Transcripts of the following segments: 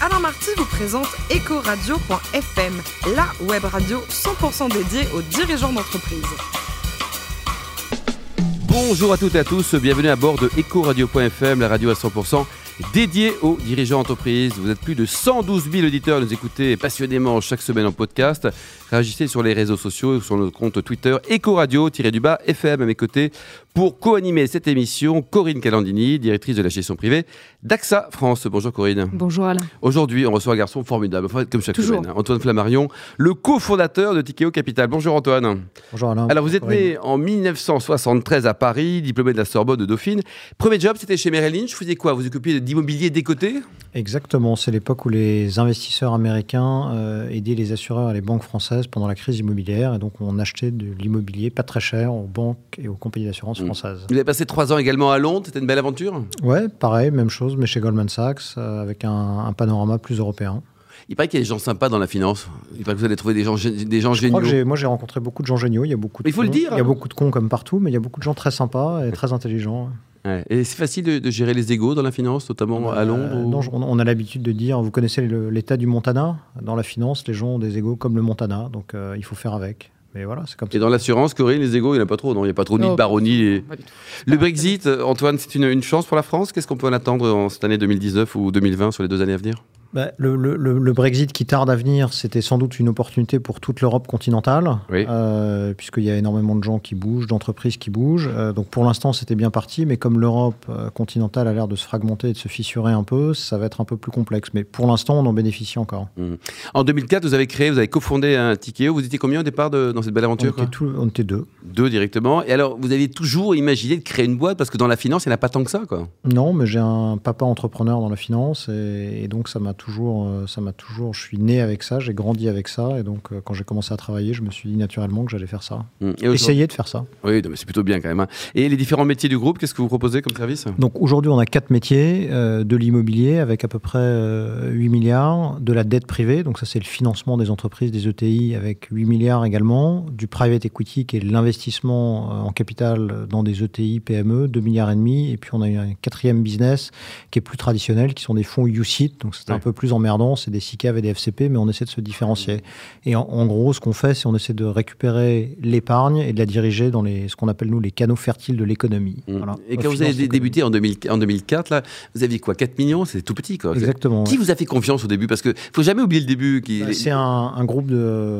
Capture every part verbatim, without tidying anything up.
Alain Marty vous présente Ecoradio point F M, la web radio cent pour cent dédiée aux dirigeants d'entreprise. Bonjour à toutes et à tous, bienvenue à bord de Ecoradio point F M, la radio à cent pour cent dédiée aux dirigeants d'entreprise. Vous êtes plus de cent douze mille auditeurs, nous écoutez passionnément chaque semaine en podcast. Réagissez sur les réseaux sociaux, sur notre compte Twitter Ecoradio-du-bas F M à mes côtés pour co-animer cette émission. Corinne Calandini, directrice de la gestion privée d'A X A France. Bonjour Corinne. Bonjour Alain. Aujourd'hui, on reçoit un garçon formidable, enfin, comme chaque Toujours. semaine. Antoine Flammarion, le cofondateur de Tikeo Capital. Bonjour Antoine. Bonjour Alain. Alors vous êtes Corinne. né en dix-neuf cent soixante-treize à Paris, diplômé de la Sorbonne de Dauphine. Premier job, c'était chez Merrill Lynch. Vous faisiez quoi? Vous occupiez d'immobilier décoté? Exactement, c'est l'époque où les investisseurs américains euh, aidaient les assureurs et les banques françaises pendant la crise immobilière. Et donc on achetait de l'immobilier pas très cher aux banques et aux compagnies d'assurance mmh. françaises. Vous avez passé trois ans également à Londres, c'était une belle aventure? Ouais, pareil, même chose, mais chez Goldman Sachs, euh, avec un, un panorama plus européen. Il paraît qu'il y a des gens sympas dans la finance. Il paraît que vous allez trouver des gens, des gens Je géniaux. Crois que j'ai, moi, j'ai rencontré beaucoup de gens géniaux. Il y a beaucoup de il faut cons. le dire. Il y a beaucoup de cons comme partout, mais il y a beaucoup de gens très sympas et très intelligents. Ouais. Et c'est facile de, de gérer les égos dans la finance, notamment euh, à Londres ou... Non, on, on a l'habitude de dire, vous connaissez le, l'état du Montana. Dans la finance, les gens ont des égos comme le Montana, donc euh, il faut faire avec. Mais voilà, c'est comme ça. Et dans l'assurance, Corinne, les égos, il n'y en a pas trop, non? Il n'y a pas trop ni de baronnie. Et... Le Brexit, Antoine, c'est une, une chance pour la France? Qu'est-ce qu'on peut en attendre en cette année deux mille dix-neuf ou deux mille vingt sur les deux années à venir? Bah, le, le, le Brexit qui tarde à venir, c'était sans doute une opportunité pour toute l'Europe continentale, oui. euh, puisqu'il y a énormément de gens qui bougent, d'entreprises qui bougent. Euh, donc pour l'instant, c'était bien parti, mais comme l'Europe euh, continentale a l'air de se fragmenter et de se fissurer un peu, ça va être un peu plus complexe. Mais pour l'instant, on en bénéficie encore. Mmh. En deux mille quatre, vous avez créé, vous avez cofondé un Tikeo. Vous étiez combien au départ de, dans cette belle aventure? On était, tout, on était deux. Deux directement. Et alors, vous avez toujours imaginé de créer une boîte, parce que dans la finance, il n'y en a pas tant que ça, quoi. Non, mais j'ai un papa entrepreneur dans la finance, et, et donc ça m'a toujours... Euh, ça m'a toujours, je suis né avec ça, j'ai grandi avec ça, et donc euh, quand j'ai commencé à travailler, je me suis dit naturellement que j'allais faire ça. Mmh. Essayer de faire ça. Oui, mais c'est plutôt bien quand même. Hein. Et les différents métiers du groupe, qu'est-ce que vous proposez comme service? Donc aujourd'hui, on a quatre métiers, euh, de l'immobilier avec à peu près euh, huit milliards, de la dette privée, donc ça c'est le financement des entreprises, des E T I avec huit milliards également, du private equity qui est l'investissement euh, en capital dans des E T I, P M E, deux milliards et demi, et puis on a un quatrième business qui est plus traditionnel, qui sont des fonds U C I T, donc c'est ouais. un peu plus emmerdant, c'est des S I C A V et des F C P, mais on essaie de se différencier. Et en, en gros, ce qu'on fait, c'est on essaie de récupérer l'épargne et de la diriger dans les, ce qu'on appelle, nous, les canaux fertiles de l'économie. Mmh. Voilà. Et quand vous avez débuté en, deux mille, en deux mille quatre, là, vous aviez quoi, quatre millions? C'est tout petit, quoi. Exactement. Qui ouais. vous a fait confiance au début? Parce qu'il ne faut jamais oublier le début. Qui... Bah, c'est un, un groupe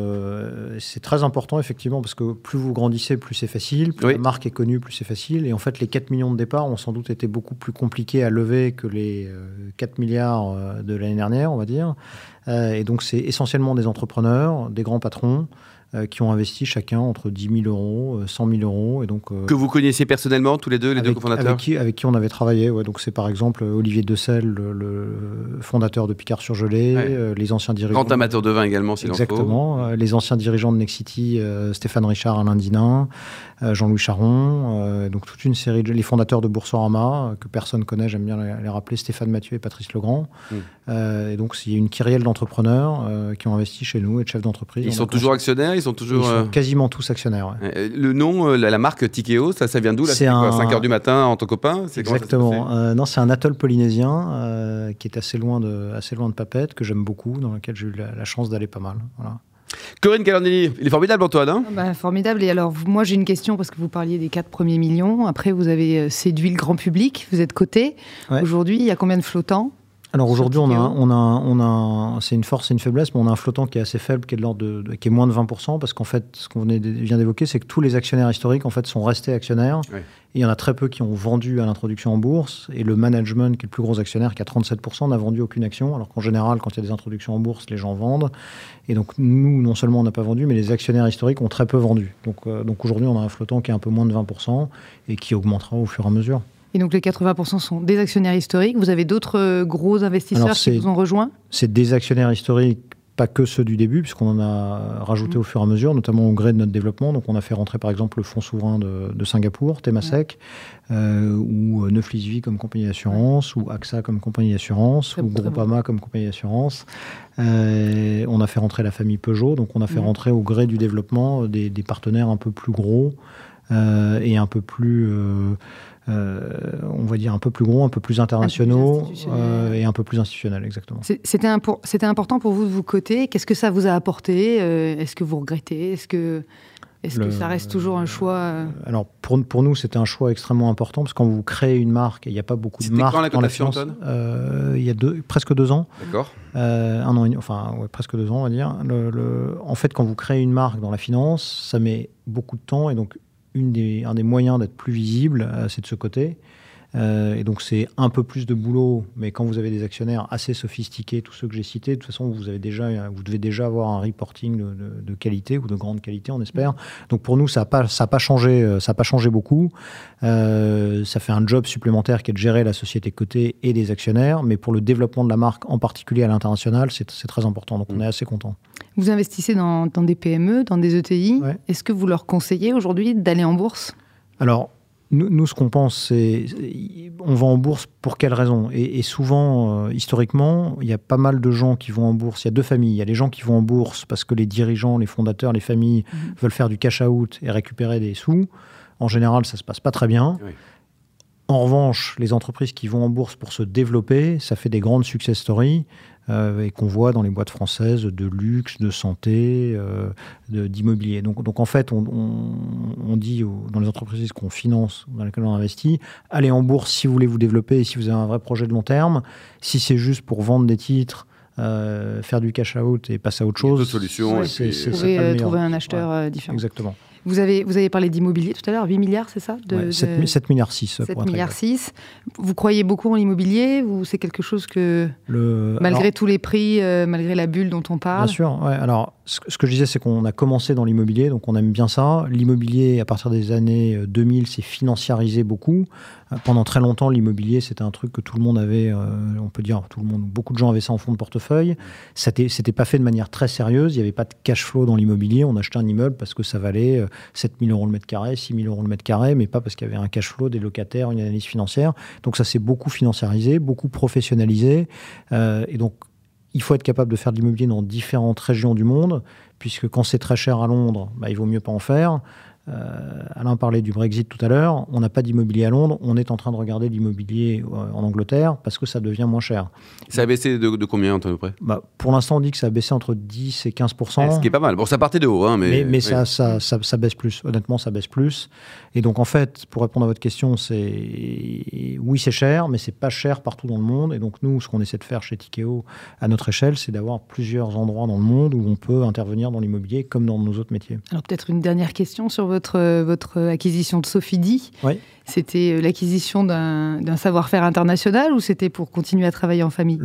de... C'est très important, effectivement, parce que plus vous grandissez, plus c'est facile. Plus oui. la marque est connue, plus c'est facile. Et en fait, les quatre millions de départ ont sans doute été beaucoup plus compliqués à lever que les quatre milliards de l'année dernière, on va dire. Euh, et donc, c'est essentiellement des entrepreneurs, des grands patrons euh, qui ont investi chacun entre dix mille euros, cent mille euros. Et donc, euh, que vous connaissiez personnellement, tous les deux, les avec, deux cofondateurs? avec qui, avec qui on avait travaillé. Ouais. Donc, c'est par exemple Olivier Decel, le, le fondateur de Picard-sur-Gelée, ouais. euh, les anciens dirigeants... Grand amateur de vin également, s'il en faut. Exactement. Euh, les anciens dirigeants de Nexity, euh, Stéphane Richard, Alain Dinin, euh, Jean-Louis Charon. Euh, donc, toute une série de... Les fondateurs de Boursorama, euh, que personne connaît, j'aime bien les, les rappeler, Stéphane Mathieu et Patrice Legrand. Mmh. Euh, et donc, il y a une kyrielle d'entrepreneurs euh, qui ont investi chez nous et de chefs d'entreprise. Ils sont toujours actionnaires? Ils sont toujours... Ils sont quasiment tous actionnaires, ouais. Le nom, la, la marque Tikeo, ça, ça vient d'où là? C'est un... cinq heures du matin en tant copain? C'est Exactement. Euh, non, c'est un atoll polynésien euh, qui est assez loin, de, assez loin de Papeete, que j'aime beaucoup, dans lequel j'ai eu la, la chance d'aller pas mal. Voilà. Corinne Calandini, il est formidable Antoine, hein? bah, Formidable. Et alors, moi j'ai une question, parce que vous parliez des quatre premiers millions. Après, vous avez séduit le grand public, vous êtes coté. Ouais. Aujourd'hui, il y a combien de flottants? Alors aujourd'hui, on a, on a, on a, c'est une force et une faiblesse, mais on a un flottant qui est assez faible, qui est de l'ordre de, de qui est moins de vingt pour cent, parce qu'en fait, ce qu'on venait de, vient d'évoquer, c'est que tous les actionnaires historiques en fait sont restés actionnaires. Oui. Et il y en a très peu qui ont vendu à l'introduction en bourse, et le management, qui est le plus gros actionnaire, qui a trente-sept pour cent, n'a vendu aucune action, alors qu'en général, quand il y a des introductions en bourse, les gens vendent. Et donc nous, non seulement on n'a pas vendu, mais les actionnaires historiques ont très peu vendu. Donc, euh, donc aujourd'hui, on a un flottant qui est un peu moins de vingt pour cent et qui augmentera au fur et à mesure. Et donc les quatre-vingts pour cent sont des actionnaires historiques. Vous avez d'autres gros investisseurs qui vous ont rejoints? C'est des actionnaires historiques, pas que ceux du début, puisqu'on en a rajouté mmh. au fur et à mesure, notamment au gré de notre développement. Donc on a fait rentrer par exemple le fonds souverain de, de Singapour, Temasek, mmh. euh, ou Neuflize comme compagnie d'assurance, mmh. ou A X A comme compagnie d'assurance, très ou Groupama bon. comme compagnie d'assurance. Euh, on a fait rentrer la famille Peugeot, donc on a fait mmh. rentrer au gré du développement des, des partenaires un peu plus gros euh, et un peu plus... Euh, euh, on va dire, un peu plus gros, un peu plus internationaux un peu plus euh, et un peu plus institutionnels, exactement. C'était, impo- c'était important pour vous de vous coter. Qu'est-ce que ça vous a apporté? euh, Est-ce que vous regrettez? Est-ce que, est-ce Le, que ça reste toujours un choix euh... Alors, pour, pour nous, c'était un choix extrêmement important, parce que quand vous créez une marque, il n'y a pas beaucoup c'était de marques quand la dans la cotation, finance. Euh, il y a deux, presque deux ans. D'accord. Euh, un an et demi, enfin, ouais, presque deux ans, on va dire. Le, le, en fait, quand vous créez une marque dans la finance, ça met beaucoup de temps, et donc une des, un des moyens d'être plus visible, euh, c'est de se coter. Euh, et donc, c'est un peu plus de boulot, mais quand vous avez des actionnaires assez sophistiqués, tous ceux que j'ai cités, de toute façon, vous, avez déjà, vous devez déjà avoir un reporting de, de, de qualité ou de grande qualité, on espère. Donc, pour nous, ça n'a pas, ça n'a pas changé, ça n'a pas changé beaucoup. Euh, ça fait un job supplémentaire qui est de gérer la société cotée et des actionnaires, mais pour le développement de la marque, en particulier à l'international, c'est, c'est très important. Donc, on est assez content. Vous investissez dans, dans des P M E, dans des E T I. Ouais. Est-ce que vous leur conseillez aujourd'hui d'aller en bourse? Alors, Nous, nous, ce qu'on pense, c'est on va en bourse pour quelles raisons? Et, et souvent, euh, historiquement, il y a pas mal de gens qui vont en bourse. Il y a deux familles. Il y a les gens qui vont en bourse parce que les dirigeants, les fondateurs, les familles mmh. veulent faire du cash out et récupérer des sous. En général, ça se passe pas très bien. Oui. En revanche, les entreprises qui vont en bourse pour se développer, ça fait des grandes success stories euh, et qu'on voit dans les boîtes françaises de luxe, de santé, euh, de, d'immobilier. Donc, donc en fait, on, on, on dit aux, dans les entreprises qu'on finance, dans lesquelles on investit, allez en bourse si vous voulez vous développer et si vous avez un vrai projet de long terme. Si c'est juste pour vendre des titres, euh, faire du cash out et passer à autre chose, d'autres solutions. Ouais, c'est, c'est, c'est trouver, trouver un acheteur ouais, différent. Exactement. Vous avez, vous avez parlé d'immobilier tout à l'heure, huit milliards, c'est ça? De, ouais, sept, de... sept milliards six. sept milliards six. Vous croyez beaucoup en l'immobilier ou c'est quelque chose que, le... malgré alors, tous les prix, euh, malgré la bulle dont on parle? Bien sûr. Ouais. Alors, ce, ce que je disais, c'est qu'on a commencé dans l'immobilier, donc on aime bien ça. L'immobilier, à partir des années deux mille, s'est financiarisé beaucoup. Pendant très longtemps, l'immobilier, c'était un truc que tout le monde avait, euh, on peut dire, tout le monde, beaucoup de gens avaient ça en fond de portefeuille. Ça n'était pas fait de manière très sérieuse. Il n'y avait pas de cash flow dans l'immobilier. On achetait un immeuble parce que ça valait euh, sept mille euros le mètre carré, six mille euros le mètre carré, mais pas parce qu'il y avait un cash flow, des locataires, une analyse financière. Donc ça s'est beaucoup financiarisé, beaucoup professionnalisé. Euh, et donc, il faut être capable de faire de l'immobilier dans différentes régions du monde, puisque quand c'est très cher à Londres, bah, il vaut mieux pas en faire. Euh, Alain parlait du Brexit tout à l'heure. On n'a pas d'immobilier à Londres. On est en train de regarder l'immobilier euh, en Angleterre parce que ça devient moins cher. Ça a baissé de, de combien, à peu près? bah, Pour l'instant, on dit que ça a baissé entre dix et quinze pour cent. Ouais, ce qui est pas mal. Bon, ça partait de haut. Hein, mais mais, mais oui. ça, ça, ça, ça baisse plus. Honnêtement, ça baisse plus. Et donc, en fait, pour répondre à votre question, c'est oui, c'est cher, mais c'est pas cher partout dans le monde. Et donc, nous, ce qu'on essaie de faire chez Tikehau, à notre échelle, c'est d'avoir plusieurs endroits dans le monde où on peut intervenir dans l'immobilier comme dans nos autres métiers. Alors, peut-être une dernière question sur votre, votre acquisition de Sofidy. Oui. C'était l'acquisition d'un, d'un savoir-faire international ou c'était pour continuer à travailler en famille?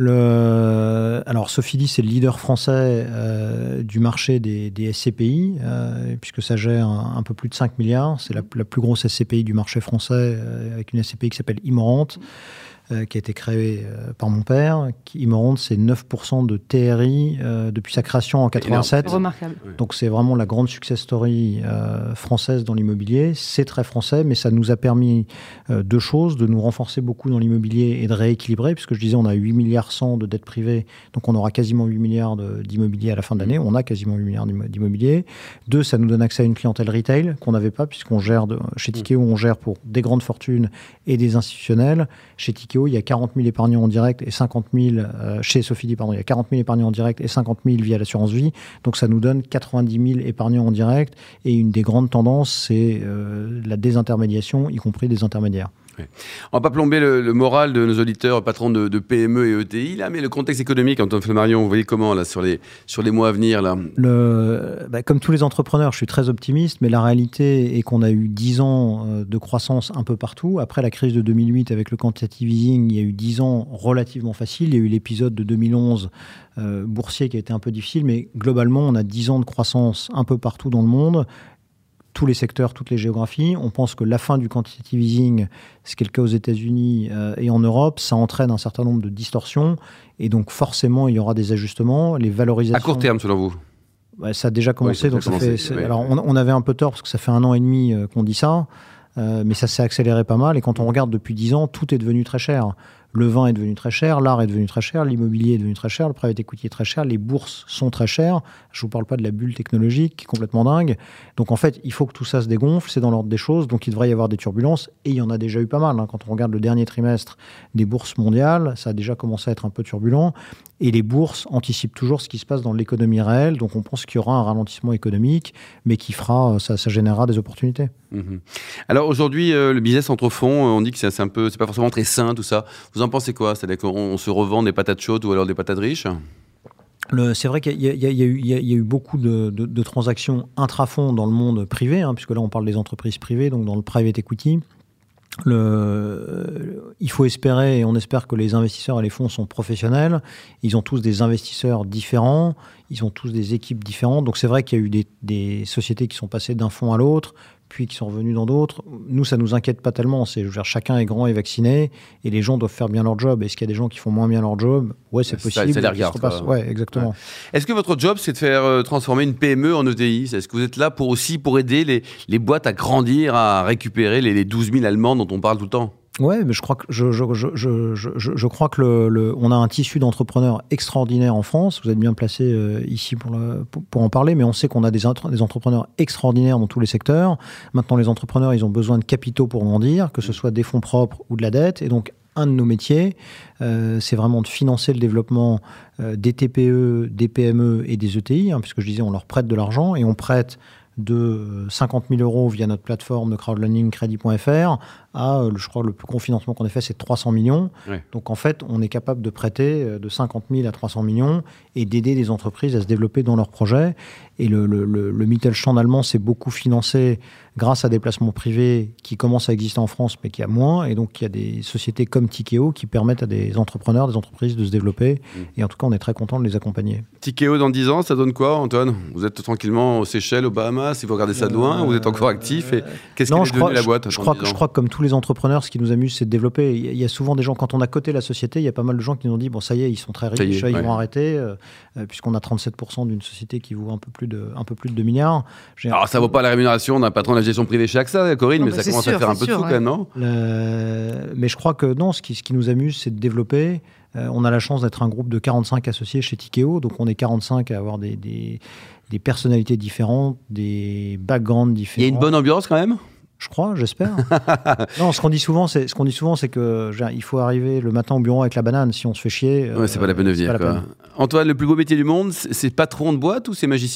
le... Alors, Sofidy, c'est le leader français euh, du marché des, des S C P I, euh, puisque ça gère un, un peu plus de cinq milliards. C'est la, la plus grosse S C P I du marché français, euh, avec une S C P I qui s'appelle Immorente, euh, qui a été créée euh, par mon père. Immorente, c'est neuf pour cent de T R I euh, depuis sa création en quatre-vingt-sept. C'est remarquable. Donc, c'est vraiment la grande success story euh, française dans l'immobilier. C'est très français, mais ça nous a permis euh, deux choses, de nous renforcer beaucoup dans l'immobilier et de rééquilibrer, puisque je disais, on a huit milliards cent de dettes privées, donc on aura quasiment huit milliards de, d'immobilier à la fin de l'année. On a quasiment huit milliards d'immobilier. Deux, ça nous donne accès à une clientèle retail qu'on n'avait pas, puisqu'on gère, de, chez Tikehau, on gère pour des grandes fortunes et des institutionnels. Chez Tikehau, il y a quarante mille épargnants en direct et cinquante mille, euh, chez Sofidy, pardon, il y a quarante mille épargnants en direct et cinquante mille via l'assurance vie. Donc ça nous donne quatre-vingt-dix mille épargnants en direct. Et une des grandes tendances, c'est euh, la désintermédiation, y compris des intermédiaires. Ouais. On ne va pas plomber le, le moral de nos auditeurs, patrons de, de P M E et E T I, là, mais le contexte économique, Antoine Flammarion, vous voyez comment là, sur, les, sur les mois à venir là le, bah, Comme tous les entrepreneurs, je suis très optimiste, mais la réalité est qu'on a eu dix ans de croissance un peu partout. Après la crise de deux mille huit avec le quantitative easing, il y a eu dix ans relativement faciles. Il y a eu l'épisode de deux mille onze euh, boursier qui a été un peu difficile, mais globalement, on a dix ans de croissance un peu partout dans le monde. Tous les secteurs, toutes les géographies. On pense que la fin du quantitative easing, ce qui est le cas aux États-Unis euh, et en Europe, ça entraîne un certain nombre de distorsions. Et donc, forcément, il y aura des ajustements. Les valorisations... À court terme, selon vous? bah, Ça a déjà commencé. Oui, donc ça commencé, fait, oui. Alors, on, on avait un peu tort parce que ça fait un an et demi euh, qu'on dit ça. Euh, mais ça s'est accéléré pas mal. Et quand on regarde depuis dix ans, tout est devenu très cher. Le vin est devenu très cher, l'art est devenu très cher, l'immobilier est devenu très cher, le private equity est très cher, les bourses sont très chères. Je ne vous parle pas de la bulle technologique qui est complètement dingue. Donc en fait, il faut que tout ça se dégonfle, c'est dans l'ordre des choses, donc il devrait y avoir des turbulences, et il y en a déjà eu pas mal. Hein. Quand on regarde le dernier trimestre des bourses mondiales, ça a déjà commencé à être un peu turbulent, et les bourses anticipent toujours ce qui se passe dans l'économie réelle, donc on pense qu'il y aura un ralentissement économique, mais qui fera, ça, ça générera des opportunités. Mmh. Alors aujourd'hui, euh, le business entre fonds, on dit que c'est, c'est un peu, c'est pas forcément très sain tout ça. Vous en pensez quoi ? C'est-à-dire qu'on on se revend des patates chaudes ou alors des patates riches ? Le, c'est vrai qu'il y a, il y a, il y a, eu, il y a, il y a eu beaucoup de, de, de transactions intra-fonds dans le monde privé, hein, puisque là on parle des entreprises privées, donc dans le private equity. Le, il faut espérer, et on espère que les investisseurs et les fonds sont professionnels. Ils ont tous des investisseurs différents, ils ont tous des équipes différentes. Donc c'est vrai qu'il y a eu des, des sociétés qui sont passées d'un fonds à l'autre, puis qui sont revenus dans d'autres. Nous, ça ne nous inquiète pas tellement. C'est, je veux dire, chacun est grand et vacciné, et les gens doivent faire bien leur job. Est-ce qu'il y a des gens qui font moins bien leur job ? Ouais, c'est possible. Ça, ça les regarde. Ouais, exactement. Ouais. Est-ce que votre job, c'est de faire euh, transformer une P M E en E T I ? Est-ce que vous êtes là pour aussi pour aider les, les boîtes à grandir, à récupérer les, les douze mille Allemands dont on parle tout le temps ? Ouais, mais je crois que je, je, je, je, je, je crois que le, le, on a un tissu d'entrepreneurs extraordinaire en France. Vous êtes bien placé euh, ici pour, le, pour, pour en parler, mais on sait qu'on a des, entre, des entrepreneurs extraordinaires dans tous les secteurs. Maintenant, les entrepreneurs, ils ont besoin de capitaux pour grandir, que ce soit des fonds propres ou de la dette. Et donc, un de nos métiers, euh, c'est vraiment de financer le développement euh, des T P E, des P M E et des E T I, hein, puisque je disais, on leur prête de l'argent et on prête de cinquante mille euros via notre plateforme de crowdlending crédit point f r à, je crois, le plus gros financement qu'on ait fait, c'est de trois cents millions. Ouais. Donc, en fait, on est capable de prêter de cinquante mille à trois cents millions et d'aider des entreprises à se développer dans leurs projets. Et le, le, le, le Mittelstand allemand s'est beaucoup financé grâce à des placements privés qui commencent à exister en France, mais qui a moins. Et donc, il y a des sociétés comme Tikeo qui permettent à des entrepreneurs, des entreprises de se développer. Mmh. Et en tout cas, on est très content de les accompagner. Tikeo, dans dix ans, ça donne quoi, Antoine ? Vous êtes tranquillement aux Seychelles, aux Bahamas, si vous regardez ça de loin, euh, vous êtes encore actif. Et qu'est-ce qui est devenu crois, la boîte ? Je, je, crois, je crois que comme tous les entrepreneurs, ce qui nous amuse, c'est de développer. Il y a souvent des gens, quand on a coté la société, il y a pas mal de gens qui nous ont dit, bon, ça y est, ils sont très riches, est, ils ouais. vont arrêter, euh, puisqu'on a trente-sept pour cent d'une société qui vaut un peu plus de, un peu plus de deux milliards. J'ai Alors, un... ça ne vaut pas la rémunération d'un patron de la gestion privée chez A X A, Corinne, non, mais ça commence sûr, à faire un peu sûr, de sous ouais. quand même, non ? Le... Mais je crois que non, ce qui, ce qui nous amuse, c'est de développer. Euh, on a la chance d'être un groupe de quarante-cinq associés chez Tikeo, donc on est quarante-cinq à avoir des, des, des personnalités différentes, des backgrounds différents. Il y a une bonne ambiance quand même ? Je crois, j'espère. Non, ce qu'on dit souvent, c'est ce qu'on dit souvent, c'est que genre, il faut arriver le matin au bureau avec la banane. Si on se fait chier, ouais, c'est euh, pas la peine de venir. Quoi. Antoine, le plus beau métier du monde, c'est patron de boîte ou c'est magicien ?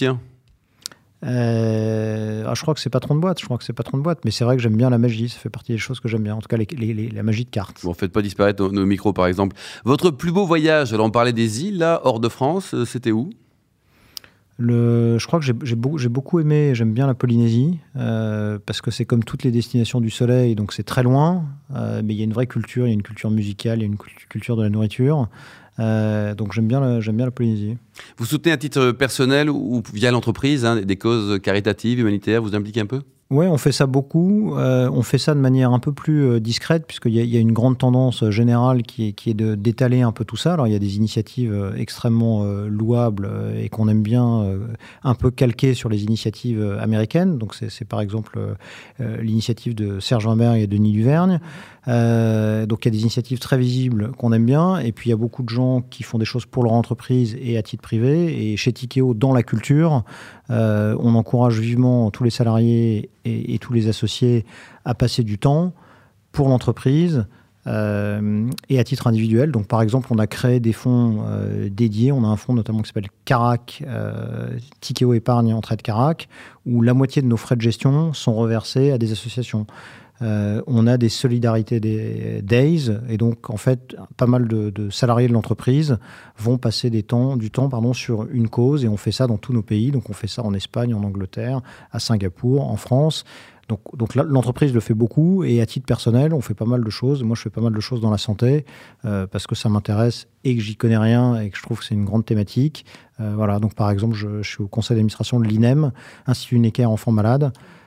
Euh, ah, je crois que c'est patron de boîte. Je crois que c'est patron de boîte, mais c'est vrai que j'aime bien la magie. Ça fait partie des choses que j'aime bien. En tout cas, les, les, les, la magie de cartes. Bon, faites pas disparaître nos, nos micros, par exemple. Votre plus beau voyage, alors on parlait des îles là, hors de France, c'était où ? Le, je crois que j'ai, j'ai, beaucoup, j'ai beaucoup aimé, j'aime bien la Polynésie, euh, parce que c'est comme toutes les destinations du soleil, donc c'est très loin, euh, mais il y a une vraie culture, il y a une culture musicale, il y a une culture de la nourriture. Euh, donc j'aime bien, la, j'aime bien la Polynésie. Vous soutenez à titre personnel ou via l'entreprise hein, des causes caritatives, humanitaires, vous impliquez un peu ? Oui, on fait ça beaucoup. Euh, on fait ça de manière un peu plus euh, discrète, puisqu'il y a, il y a une grande tendance générale qui est, qui est de, d'étaler un peu tout ça. Alors, il y a des initiatives euh, extrêmement euh, louables euh, et qu'on aime bien, euh, un peu calquées sur les initiatives euh, américaines. Donc, c'est, c'est par exemple euh, l'initiative de Serge Weinberg et Denis Duvergne. Euh, donc, il y a des initiatives très visibles qu'on aime bien. Et puis, il y a beaucoup de gens qui font des choses pour leur entreprise et à titre privé. Et chez Tikeo, dans la culture, euh, on encourage vivement tous les salariés et, et tous les associés à passer du temps pour l'entreprise euh, et à titre individuel. Donc, par exemple, on a créé des fonds euh, dédiés. On a un fonds notamment qui s'appelle Carac, euh, Tikeo Épargne Entraide Carac, où la moitié de nos frais de gestion sont reversés à des associations. Euh, on a des solidarités des days et donc en fait pas mal de, de salariés de l'entreprise vont passer des temps, du temps pardon, sur une cause et on fait ça dans tous nos pays. Donc on fait ça en Espagne, en Angleterre, à Singapour, en France. Donc, donc là, l'entreprise le fait beaucoup et à titre personnel, on fait pas mal de choses. Moi, je fais pas mal de choses dans la santé euh, parce que ça m'intéresse et que j'y connais rien et que je trouve que c'est une grande thématique. Euh, voilà. Donc par exemple, je, je suis au conseil d'administration de l'I N E M, Institut Necker Enfants Malades.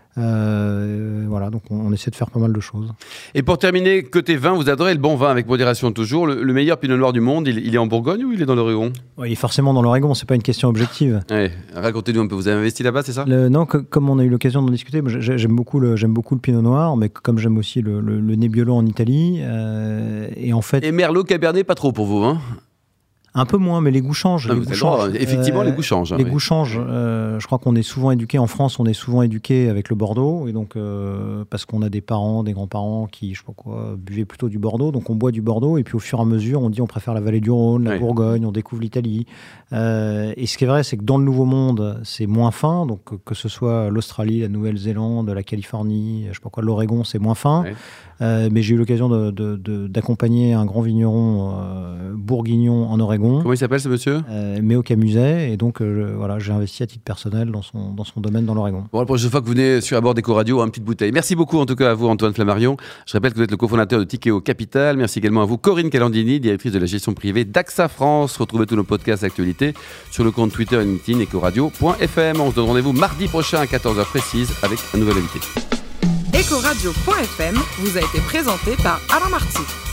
Euh, voilà, donc on, on essaie de faire pas mal de choses. Et pour terminer, côté vin, vous adorez le bon vin avec modération toujours. Le, le meilleur pinot noir du monde, il, il est en Bourgogne ou il est dans l'Oregon ? Ouais, il est forcément dans l'Oregon, c'est pas une question objective. Ouais, racontez-nous un peu, vous avez investi là-bas, c'est ça ? le, Non, que, comme on a eu l'occasion d'en discuter, j'aime beaucoup le, j'aime beaucoup le pinot noir, mais comme j'aime aussi le, le, le Nebbiolo en Italie, euh, et en fait... Et Merlot, Cabernet, pas trop pour vous, hein ? Un peu moins, mais les goûts changent. Ah, les vous goûts avez changent. le droit, effectivement, Euh, les goûts changent. hein, les oui. goûts changent. Euh, je crois qu'on est souvent éduqué en France, on est souvent éduqué avec le Bordeaux, et donc euh, parce qu'on a des parents, des grands-parents qui, je sais pas quoi, buvaient plutôt du Bordeaux, donc on boit du Bordeaux, et puis au fur et à mesure, on dit on préfère la vallée du Rhône, la Oui. Bourgogne, on découvre l'Italie. Euh, et ce qui est vrai, c'est que dans le Nouveau Monde, c'est moins fin, donc que, que ce soit l'Australie, la Nouvelle-Zélande, la Californie, je sais pas quoi, l'Oregon, c'est moins fin. Oui. Euh, mais j'ai eu l'occasion de, de, de, d'accompagner un grand vigneron euh, bourguignon en Oregon. Comment il s'appelle ce monsieur ? Euh, Méo Camuset, et donc euh, voilà, j'ai investi à titre personnel dans son, dans son domaine dans l'Oregon. Bon, la prochaine fois que vous venez sur à bord d'Eco Radio, une petite bouteille. Merci beaucoup en tout cas à vous, Antoine Flammarion. Je rappelle que vous êtes le cofondateur de Tikeo Capital. Merci également à vous, Corinne Calandini, directrice de la gestion privée d'AXA France. Retrouvez tous nos podcasts d'actualité sur le compte Twitter et LinkedIn ecoradio point f m. On se donne rendez-vous mardi prochain à quatorze heures précise avec un nouvel invité. Ecoradio point f m vous a été présenté par Alain Marty.